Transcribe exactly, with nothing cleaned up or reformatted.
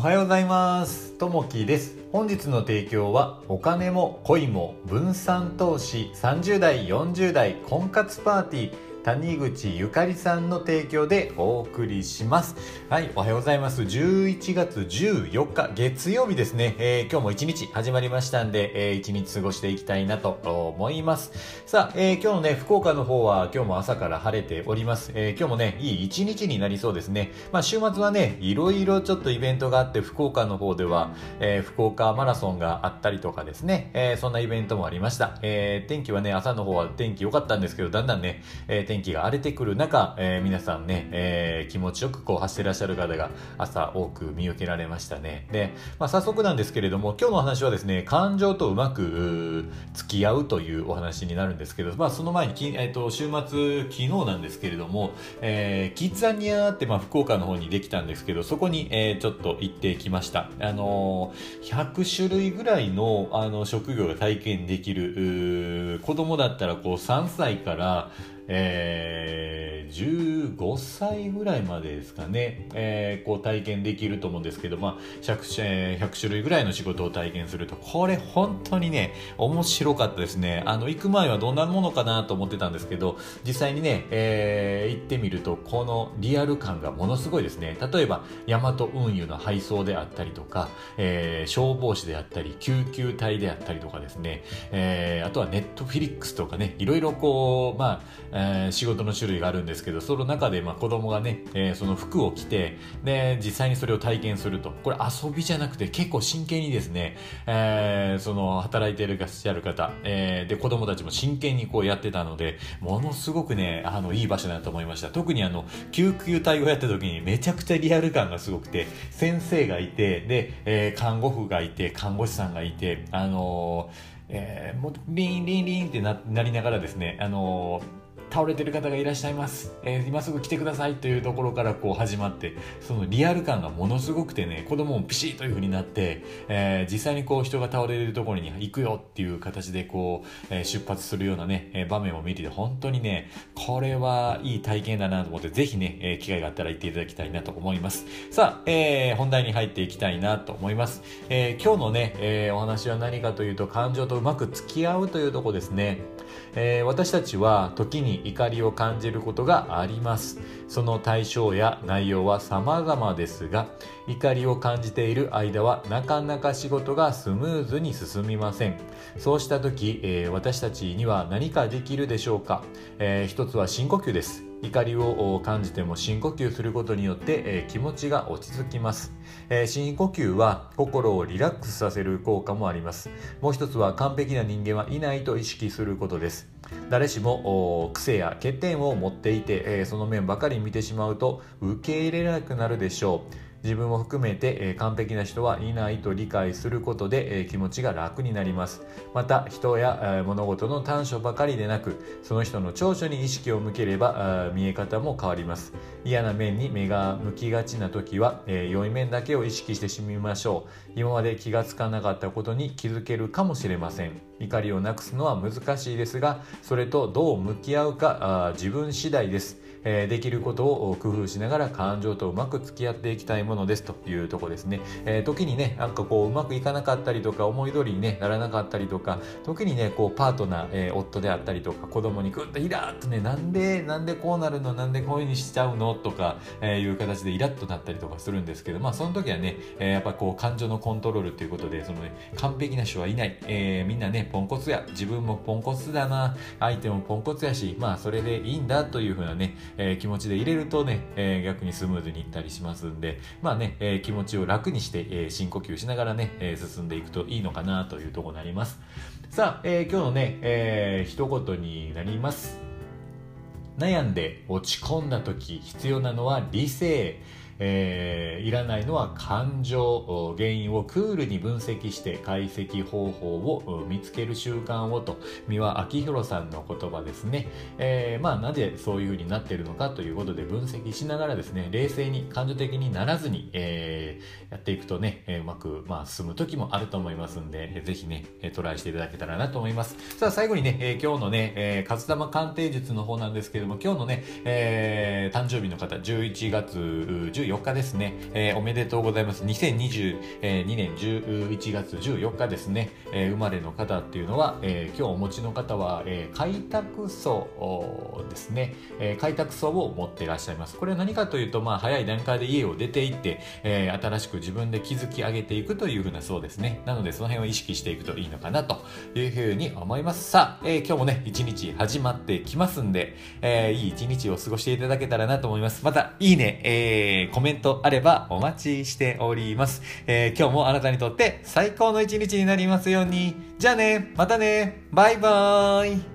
はようございます。ともきです。本日の提供はお金も恋も分散投資さんじゅう代よんじゅう代婚活パーティー谷口ゆかりさんの提供でお送りします。はい、おはようございます。じゅういちがつじゅうよっか月曜日ですね。えー、今日も一日始まりましたんで、えー、一日過ごしていきたいなと思います。さあ、えー、今日のね、福岡の方は今日も朝から晴れております。えー、今日もね、いい一日になりそうですね。まあ週末はね、いろいろちょっとイベントがあって、福岡の方では、えー、福岡マラソンがあったりとかですね、えー、そんなイベントもありました。えー、天気はね、朝の方は天気良かったんですけど、だんだんね、えー、天気が荒れてくる中、えー、皆さんね、えー、気持ちよくこう走ってらっしゃる方が朝多く見受けられましたね。で、まあ、早速なんですけれども、今日のお話はですね、感情とうまく付き合うというお話になるんですけど、まあ、その前にき、えー、と週末昨日なんですけれども、えー、キッザニアって、まあ、福岡の方にできたんですけど、そこに、えー、ちょっと行ってきました。あのー、ひゃくしゅるいぐらいの、あの職業が体験できる、子供だったらこうさんさいからえー、じゅうごさいぐらいまでですかね、えー、こう体験できると思うんですけど、まあ、ひゃく, ひゃくしゅるいぐらいの仕事を体験すると、これ本当にね、面白かったですね。あの、行く前はどんなものかなと思ってたんですけど、実際にね、えー、行ってみると、このリアル感がものすごいですね。例えば、ヤマト運輸の配送であったりとか、えー、消防士であったり、救急隊であったりとかですね、えー、あとはネットフィリックスとかね、いろいろこう、まあ、えー、仕事の種類があるんですけど、その中でまあ子供がね、えー、その服を着て、で、実際にそれを体験すると。これ遊びじゃなくて結構真剣にですね、えー、その働いていらっしゃる方、えー、で、子供たちも真剣にこうやってたので、ものすごくね、あの、いい場所だと思いました。特にあの、救急隊をやった時にめちゃくちゃリアル感がすごくて、先生がいて、で、えー、看護婦がいて、看護師さんがいて、あのー、えー、もうリンリンリンって な, なりながらですね、あのー倒れてる方がいらっしゃいます、えー、今すぐ来てくださいというところからこう始まって、そのリアル感がものすごくてね、子供もピシッという風になって、えー、実際にこう人が倒れるところに行くよっていう形でこう、えー、出発するようなね、えー、場面を見てて、本当にね、これはいい体験だなと思って、ぜひね、えー、機会があったら行っていただきたいなと思います。さあ、えー、本題に入っていきたいなと思います。えー、今日のね、えー、お話は何かというと、感情とうまく付き合うというところですね。えー、私たちは時に怒りを感じることがあります。その対象や内容は様々ですが、怒りを感じている間はなかなか仕事がスムーズに進みません。そうした時、えー、私たちには何かできるでしょうか。えー、一つは深呼吸です。怒りを感じても深呼吸することによって、えー、気持ちが落ち着きます、えー、深呼吸は心をリラックスさせる効果もあります。もう一つは完璧な人間はいないと意識することです。誰しも癖や欠点を持っていて、えー、その面ばかり見てしまうと受け入れなくなるでしょう。自分を含めて、えー、完璧な人はいないと理解することで、えー、気持ちが楽になります。また人や、えー、物事の短所ばかりでなく、その人の長所に意識を向ければ見え方も変わります。嫌な面に目が向きがちな時は、えー、良い面だけを意識してみましょう。今まで気がつかなかったことに気づけるかもしれません。怒りをなくすのは難しいですが、それとどう向き合うか自分次第です。えー、できることを工夫しながら感情とうまく付き合っていきたいものですというところですね。えー、時にね、なんかこううまくいかなかったりとか、思い通りに、ね、ならなかったりとか、時にね、こうパートナー、えー、夫であったりとか、子供にグッとイラッとね、なんでなんでこうなるの、なんでこういう風にしちゃうのとか、えー、いう形でイラッとなったりとかするんですけど、まあその時はね、えー、やっぱこう感情のコントロールということで、そのね、完璧な人はいない、えー、みんなねポンコツや、自分もポンコツだな、相手もポンコツやし、まあそれでいいんだという風なね、えー、気持ちで入れるとね、えー、逆にスムーズにいったりしますんで、まあね、えー、気持ちを楽にして、えー、深呼吸しながらね、えー、進んでいくといいのかなというところになります。さあ、えー、今日のね、えー、一言になります。悩んで落ち込んだ時、必要なのは理性。えー、いらないのは感情、原因をクールに分析して解析方法を見つける習慣をと、三輪明宏さんの言葉ですね。えー、まあなぜそういう風になっているのかということで分析しながらですね、冷静に感情的にならずに、えー、やっていくとね、えー、うまく、まあ、進む時もあると思いますんで、えー、ぜひね、トライしていただけたらなと思います。さあ最後にね、えー、今日のね、えー、勝玉鑑定術の方なんですけれども、今日のね、えー、誕生日の方、じゅういちがつじゅううよっかですね。えー、おめでとうございます。にせんにじゅうにねんじゅういちがつじゅうよっかですね。えー、生まれの方っていうのは、えー、今日お持ちの方は、えー、開拓層ですね。えー、開拓層を持っていらっしゃいます。これは何かというと、まあ、早い段階で家を出ていって、えー、新しく自分で築き上げていくというふうな層ですね。なので、その辺を意識していくといいのかなというふうに思います。さあ、えー、今日もね、一日始まってきますんで、えー、いい一日を過ごしていただけたらなと思います。また、いいね、えー、コメントあればお待ちしております。えー、今日もあなたにとって最高の一日になりますように。じゃあね、またね、バイバーイ。